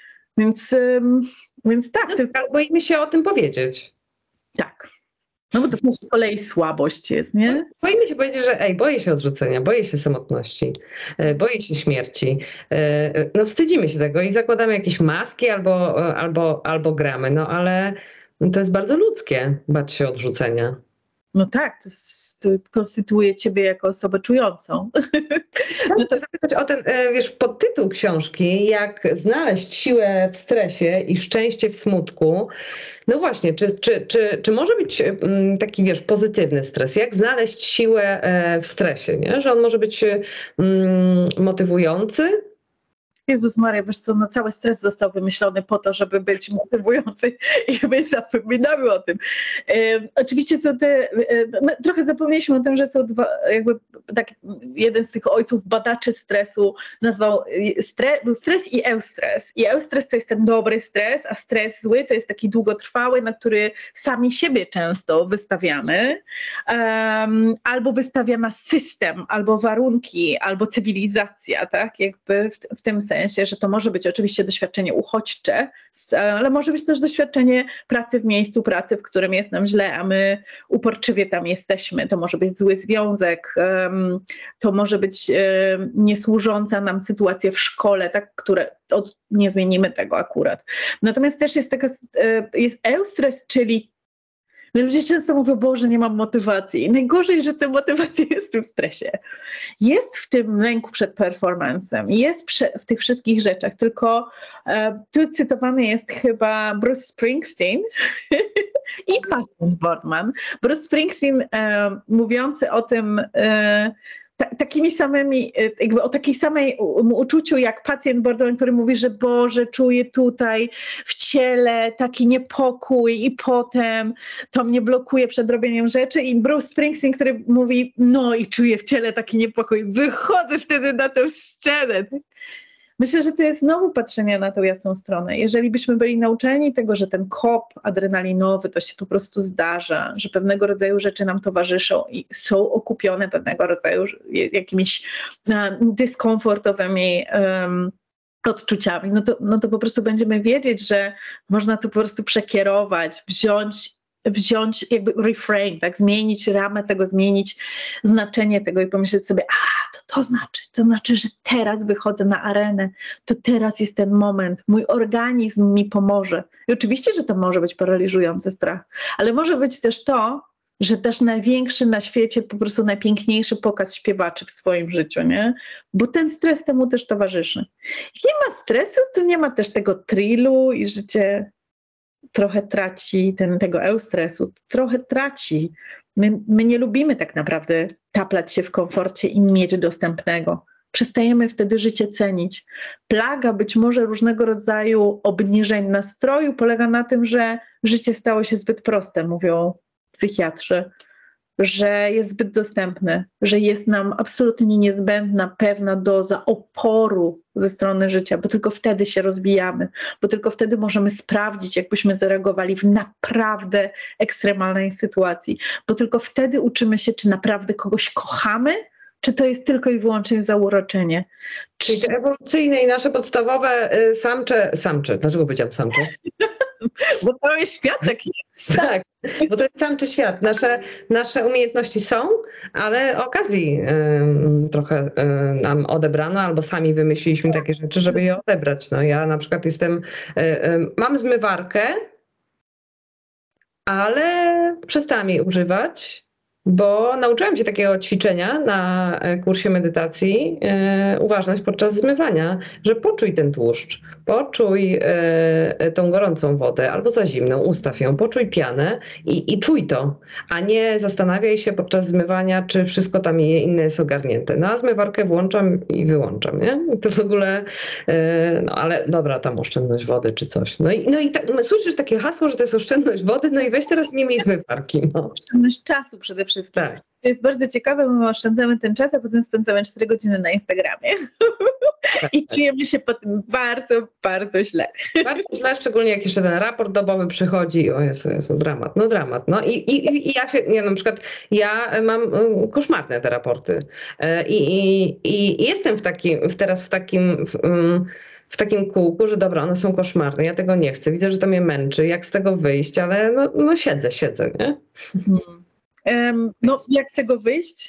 Więc tak. Boimy się o tym powiedzieć. Tak. No bo to też z kolei słabość jest, nie? Boimy się powiedzieć, że boję się odrzucenia, boję się samotności, boję się śmierci. No wstydzimy się tego i zakładamy jakieś maski albo gramy, no ale to jest bardzo ludzkie bać się odrzucenia. No tak, to konstytuuje ciebie jako osobę czującą. No to zapytać o ten, wiesz, podtytuł książki, jak znaleźć siłę w stresie i szczęście w smutku. No właśnie, czy może być taki, wiesz, pozytywny stres? Jak znaleźć siłę w stresie, nie? Że on może być motywujący? Jezus Maria, wiesz co, no cały stres został wymyślony po to, żeby być motywujący i my zapominamy o tym. Oczywiście my trochę zapomnieliśmy o tym, że są jeden z tych ojców badaczy stresu nazwał, był stres i eustres. I eustres to jest ten dobry stres, a stres zły to jest taki długotrwały, na który sami siebie często wystawiamy, albo wystawia nas system, albo warunki, albo cywilizacja, tak, jakby w tym sensie. sensie, że to może być oczywiście doświadczenie uchodźcze, ale może być też doświadczenie pracy w miejscu pracy, w którym jest nam źle, a my uporczywie tam jesteśmy. To może być zły związek, to może być niesłużąca nam sytuacja w szkole, tak, nie zmienimy tego akurat. Natomiast też jest jest eustres, czyli ludzie często mówią, Boże, nie mam motywacji. I najgorzej, że ta motywacja jest w tym stresie. Jest w tym lęku przed performancem, jest w tych wszystkich rzeczach, tylko tu cytowany jest chyba Bruce Springsteen i Patton Boardman. Bruce Springsteen mówiący o tym, takimi samymi, jakby o takiej samej uczuciu jak pacjent Boardman, który mówi, że Boże, czuję tutaj w ciele taki niepokój i potem to mnie blokuje przed robieniem rzeczy, i Bruce Springsteen, który mówi, no i czuję w ciele taki niepokój, wychodzę wtedy na tę scenę. Myślę, że to jest znowu patrzenie na tą jasną stronę. Jeżeli byśmy byli nauczeni tego, że ten kop adrenalinowy to się po prostu zdarza, że pewnego rodzaju rzeczy nam towarzyszą i są okupione pewnego rodzaju jakimiś dyskomfortowymi odczuciami, no to po prostu będziemy wiedzieć, że można to po prostu przekierować, wziąć jakby reframe, tak, zmienić ramę tego, zmienić znaczenie tego i pomyśleć sobie, to znaczy, że teraz wychodzę na arenę, to teraz jest ten moment, mój organizm mi pomoże. I oczywiście, że to może być paraliżujący strach, ale może być też to, że dasz największy na świecie, po prostu najpiękniejszy pokaz śpiewaczy w swoim życiu, nie? Bo ten stres temu też towarzyszy. Jak nie ma stresu, to nie ma też tego thrillu i życie trochę traci tego eustresu, trochę traci. My nie lubimy tak naprawdę taplać się w komforcie i mieć dostępnego. Przestajemy wtedy życie cenić. Plaga być może różnego rodzaju obniżeń nastroju polega na tym, że życie stało się zbyt proste, mówią psychiatrzy, że jest zbyt dostępne, że jest nam absolutnie niezbędna pewna doza oporu ze strony życia, bo tylko wtedy się rozwijamy, bo tylko wtedy możemy sprawdzić, jakbyśmy zareagowali w naprawdę ekstremalnej sytuacji, bo tylko wtedy uczymy się, czy naprawdę kogoś kochamy, czy to jest tylko i wyłącznie zauroczenie. Czyli te ewolucyjne i nasze podstawowe samcze, dlaczego powiedziałam samcze? Bo cały świat taki jest. Tak, bo to jest samczy świat. Nasze umiejętności są, ale okazji trochę nam odebrano, albo sami wymyśliliśmy takie rzeczy, żeby je odebrać. No, ja na przykład mam zmywarkę, ale przestałam jej używać, bo nauczyłam się takiego ćwiczenia na kursie medytacji, uważność podczas zmywania, że poczuj ten tłuszcz, poczuj tą gorącą wodę albo za zimną, ustaw ją, poczuj pianę i czuj to, a nie zastanawiaj się podczas zmywania, czy wszystko tam inne jest ogarnięte. No a zmywarkę włączam i wyłączam, nie? To w ogóle, no ale dobra, tam oszczędność wody czy coś. No i tak, słyszysz takie hasło, że to jest oszczędność wody, no i weź teraz nie miej zmywarki. No. Oszczędność czasu przede wszystkim. Tak. To jest bardzo ciekawe, bo my oszczędzamy ten czas, a potem spędzamy 4 godziny na Instagramie. I czujemy się po tym bardzo, bardzo źle. Bardzo źle, szczególnie jak jeszcze ten raport dobowy przychodzi. O Jezu, dramat. No dramat. No i na przykład ja mam koszmarne te raporty. I jestem teraz w takim kółku, że dobra, one są koszmarne, ja tego nie chcę, widzę, że to mnie męczy, jak z tego wyjść, ale no siedzę, nie? No, jak z tego wyjść?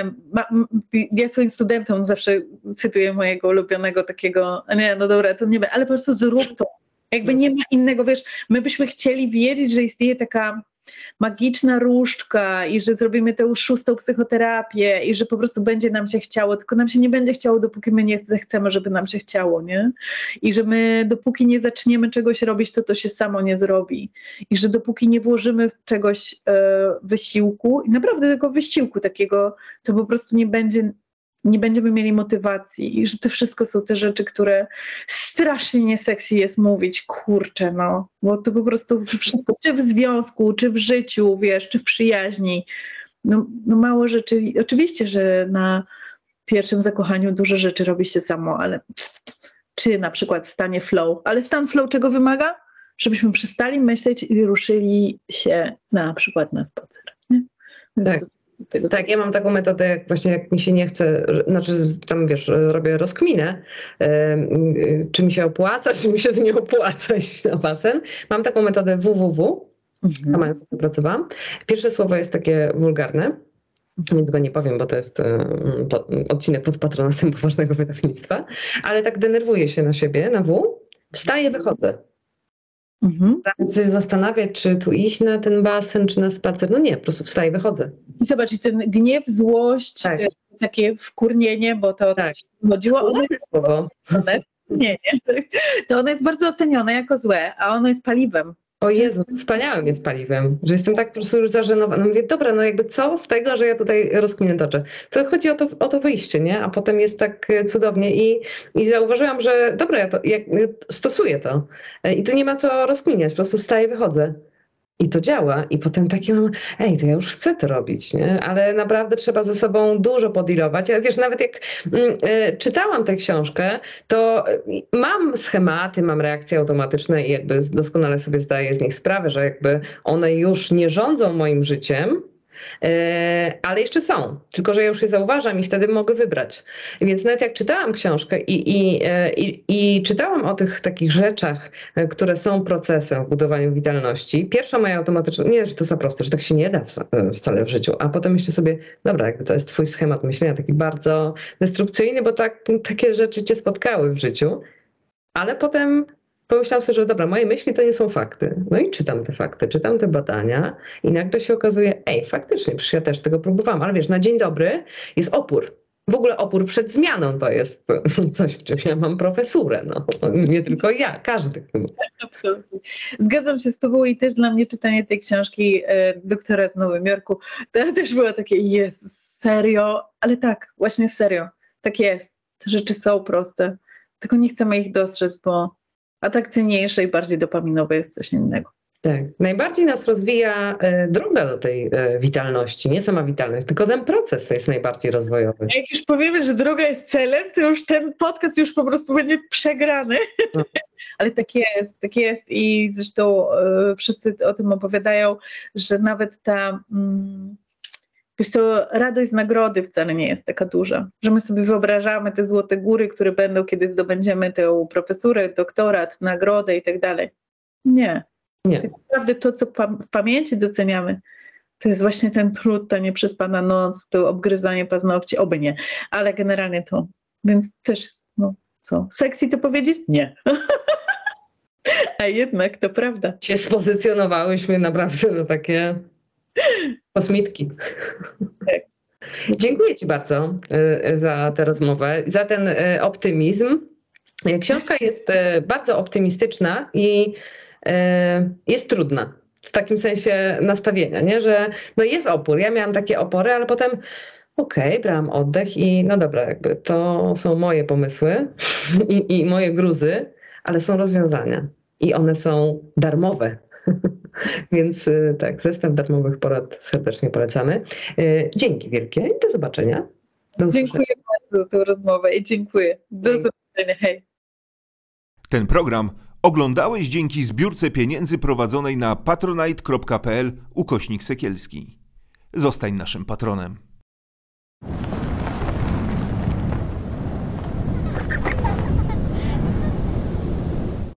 Ja swoim studentom zawsze cytuję mojego ulubionego takiego, nie, no dobra, to nie, ale po prostu zrób to. Jakby nie ma innego, wiesz, my byśmy chcieli wiedzieć, że istnieje taka magiczna różdżka i że zrobimy tę 6. psychoterapię i że po prostu będzie nam się chciało, tylko nam się nie będzie chciało, dopóki my nie zechcemy, żeby nam się chciało, nie? I że my dopóki nie zaczniemy czegoś robić, to się samo nie zrobi. I że dopóki nie włożymy w czegoś wysiłku, i naprawdę tego wysiłku takiego, to po prostu nie będziemy mieli motywacji i że to wszystko są te rzeczy, które strasznie nieseksy jest mówić, kurczę, no, bo to po prostu wszystko, czy w związku, czy w życiu, wiesz, czy w przyjaźni, no mało rzeczy, oczywiście, że na pierwszym zakochaniu dużo rzeczy robi się samo, ale czy na przykład w stanie flow, ale stan flow czego wymaga? Żebyśmy przestali myśleć i ruszyli się na przykład na spacer, nie? Tak. tego. Tak, ja mam taką metodę, jak mi się nie chce, znaczy tam wiesz, robię rozkminę, czy mi się opłaca, czy mi się to nie opłaca iść na basen. Mam taką metodę www, sama ją sobie opracowałam. Pierwsze słowo jest takie wulgarne, więc go nie powiem, bo to jest odcinek pod patronatem poważnego wydawnictwa, ale tak denerwuję się na siebie, na W, wstaję, wychodzę. Zamiast się zastanawiać, czy tu iść na ten basen, czy na spacer. No nie, po prostu wstaję, wychodzę. I zobacz, i ten gniew, złość, Tak. takie wkurnienie, bo to Tak. chodziło, ono Ładne słowo. nie, to ono jest bardzo ocenione jako złe, a ono jest paliwem. O Jezu, wspaniałym jest paliwem, że jestem tak po prostu już zażenowana. No mówię, dobra, no jakby co z tego, że ja tutaj rozkminę toczę. To chodzi o to wyjście, nie? A potem jest tak cudownie i zauważyłam, że dobra, ja stosuję to i tu nie ma co rozkminiać, po prostu wstaję, wychodzę. I to działa. I potem takie mam, to ja już chcę to robić, nie? Ale naprawdę trzeba ze sobą dużo podilować. Ja wiesz, nawet jak czytałam tę książkę, to mam schematy, mam reakcje automatyczne i jakby doskonale sobie zdaję z nich sprawę, że jakby one już nie rządzą moim życiem, ale jeszcze są, tylko że ja już je zauważam i wtedy mogę wybrać. Więc nawet jak czytałam książkę i czytałam o tych takich rzeczach, które są procesem w budowaniu witalności, pierwsza moja automatyczna, nie, że to za proste, że tak się nie da wcale w życiu, a potem myślę sobie, dobra, jakby to jest twój schemat myślenia, taki bardzo destrukcyjny, bo takie rzeczy cię spotkały w życiu, ale potem pomyślałam sobie, że dobra, moje myśli to nie są fakty. No i czytam te fakty, czytam te badania i nagle się okazuje, faktycznie, przecież ja też tego próbowałam, ale wiesz, na dzień dobry jest opór. W ogóle opór przed zmianą to jest coś, w czym ja mam profesurę. No. Nie tylko ja, każdy. Absolutnie. Zgadzam się z tobą i też dla mnie czytanie tej książki Doktora w Nowym Jorku, to też było takie, serio, ale tak, właśnie serio, tak jest. Te rzeczy są proste, tylko nie chcemy ich dostrzec, bo atrakcyjniejsze i bardziej dopaminowe jest coś innego. Tak. Najbardziej nas rozwija droga do tej witalności, nie sama witalność, tylko ten proces jest najbardziej rozwojowy. Jak już powiemy, że droga jest celem, to już ten podcast już po prostu będzie przegrany. Ale tak jest i zresztą wszyscy o tym opowiadają, że nawet ta wiesz co, radość z nagrody wcale nie jest taka duża, że my sobie wyobrażamy te złote góry, które będą, kiedy zdobędziemy tę profesurę, doktorat, nagrodę i tak dalej. Nie. Tak naprawdę to, co w pamięci doceniamy, to jest właśnie ten trud, ta nieprzespana noc, to obgryzanie paznokci, oby nie, ale generalnie to. Więc też, co, sexy to powiedzieć? Nie. A jednak to prawda. Się spozycjonowałyśmy naprawdę do takie kosmitki. Tak. Dziękuję ci bardzo za tę rozmowę, za ten optymizm. Książka jest bardzo optymistyczna i jest trudna. W takim sensie nastawienia, nie? Że jest opór. Ja miałam takie opory, ale potem brałam oddech i no dobra, jakby to są moje pomysły i moje gruzy, ale są rozwiązania i one są darmowe. Więc tak, zestaw darmowych porad serdecznie polecamy. Dzięki wielkie i do zobaczenia. Dziękuję bardzo za tę rozmowę i dziękuję. Do zobaczenia. Hej. Ten program oglądałeś dzięki zbiórce pieniędzy prowadzonej na patronite.pl/Sekielski. Zostań naszym patronem.